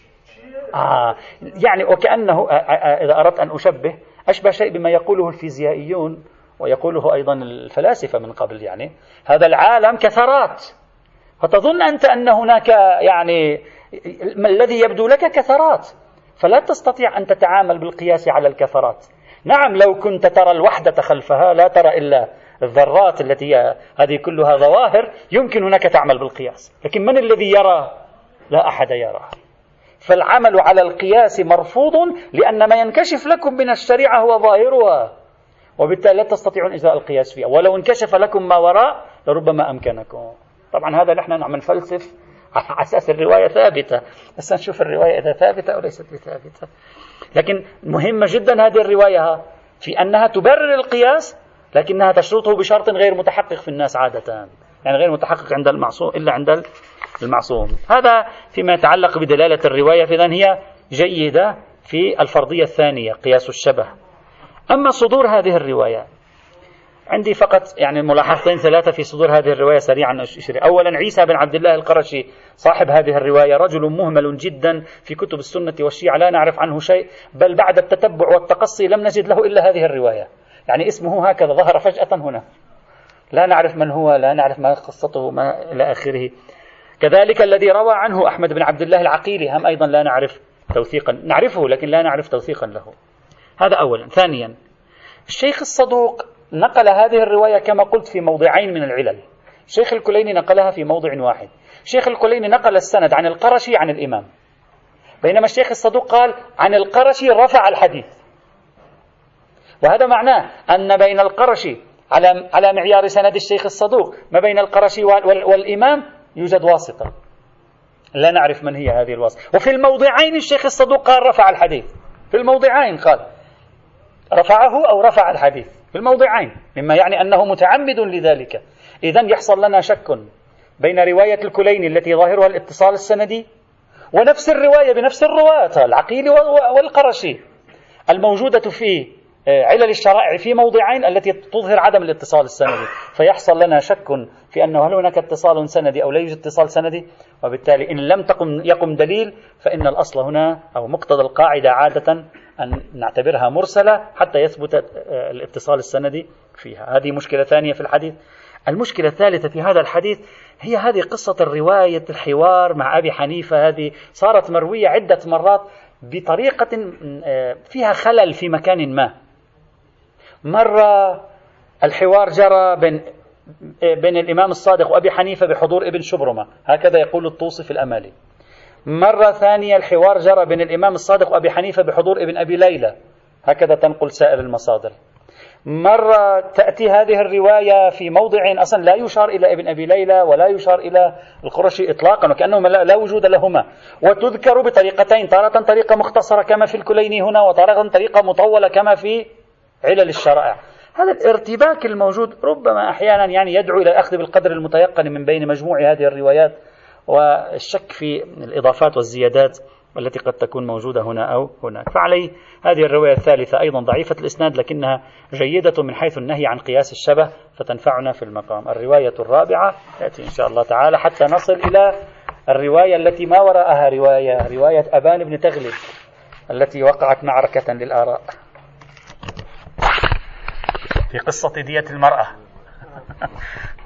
آه يعني وكأنه إذا أردت أن أشبه أشبه شيء بما يقوله الفيزيائيون ويقوله أيضا الفلاسفة من قبل، يعني هذا العالم كثرات، فتظن أنت أن هناك يعني ما الذي يبدو لك كثرات، فلا تستطيع أن تتعامل بالقياس على الكثرات. نعم لو كنت ترى الوحدة خلفها لا ترى إلا الذرات التي هذه كلها ظواهر يمكن هناك تعمل بالقياس، لكن من الذي يرى؟ لا أحد يرى. فالعمل على القياس مرفوض لأن ما ينكشف لكم من الشريعة هو ظاهرها، وبالتالي لا تستطيعون إجراء القياس فيها، ولو انكشف لكم ما وراء لربما أمكنكم. طبعا هذا نحن نعمل فلسف على أساس الرواية ثابتة، بس نشوف الرواية إذا ثابتة أو ليست بثابتة. لكن مهمة جدا هذه الرواية في أنها تبرر القياس، لكنها تشرطه بشرط غير متحقق في الناس عادة، يعني غير متحقق عند المعصوم إلا عند المعصوم. هذا فيما يتعلق بدلالة الرواية، فإذن هي جيدة في الفرضية الثانية قياس الشبه. أما صدور هذه الرواية عندي فقط يعني ملاحظتين ثلاثة في صدور هذه الرواية سريعا أشير. أولا عيسى بن عبد الله القرشي صاحب هذه الرواية رجل مهمل جدا في كتب السنة والشيعة، لا نعرف عنه شيء، بل بعد التتبع والتقصي لم نجد له إلا هذه الرواية، يعني اسمه هكذا ظهر فجأة هنا، لا نعرف من هو، لا نعرف ما قصته ما إلى آخره. كذلك الذي روى عنه أحمد بن عبد الله العقيلي هم أيضا لا نعرف توثيقا، نعرفه لكن لا نعرف توثيقا له. هذا أولا. ثانيا الشيخ الصدوق نقل هذه الرواية كما قلت في موضعين من العلل، الشيخ الكليني نقلها في موضع واحد. الشيخ الكليني نقل السند عن القرشي عن الإمام، بينما الشيخ الصدوق قال عن القرشي رفع الحديث، وهذا معناه أن بين القرشي على على معيار سند الشيخ الصدوق ما بين القرشي والإمام يوجد واسطة، لا نعرف من هي هذه الواسطة. وفي الموضعين الشيخ الصدوق قال رفع الحديث، في الموضعين قال رفعه أو رفع الحديث في الموضعين، مما يعني أنه متعمد لذلك. إذن يحصل لنا شك بين رواية الكليني التي ظاهرها الاتصال السندي ونفس الرواية بنفس الرواة العقيلي والقرشي الموجودة في علل الشرائع في موضعين التي تظهر عدم الاتصال السندي، فيحصل لنا شك في أنه هل هناك اتصال سندي أو لا يوجد اتصال سندي، وبالتالي إن لم تقم يقم دليل فإن الأصل هنا أو مقتضى القاعدة عادة أن نعتبرها مرسلة حتى يثبت الاتصال السندي فيها. هذه مشكلة ثانية في الحديث. المشكلة الثالثة في هذا الحديث هي هذه قصة الرواية الحوار مع أبي حنيفة، هذه صارت مروية عدة مرات بطريقة فيها خلل في مكان ما. مرة الحوار جرى بين بين الإمام الصادق وأبي حنيفة بحضور ابن شبرمة، هكذا يقول الطوسي في الأمالي. مرة ثانية الحوار جرى بين الإمام الصادق وأبي حنيفة بحضور ابن أبي ليلى، هكذا تنقل سائر المصادر. مرة تأتي هذه الرواية في موضع أصلا لا يشار إلى ابن أبي ليلى ولا يشار إلى القرشي إطلاقا، وكأنهما لا وجود لهما، وتذكر بطريقتين، تارة طريقة مختصرة كما في الكليني هنا، وتارة طريقة مطولة كما في علل الشرائع. هذا الارتباك الموجود ربما أحيانا يعني يدعو إلى الأخذ بالقدر المتيقن من بين مجموع هذه الروايات والشك في الإضافات والزيادات التي قد تكون موجودة هنا أو هناك. فعلي هذه الرواية الثالثة أيضا ضعيفة الإسناد لكنها جيدة من حيث النهي عن قياس الشبه فتنفعنا في المقام. الرواية الرابعة تأتي إن شاء الله تعالى حتى نصل إلى الرواية التي ما وراءها رواية رواية أبان بن تغلب التي وقعت معركة للآراء في قصة دية المرأة.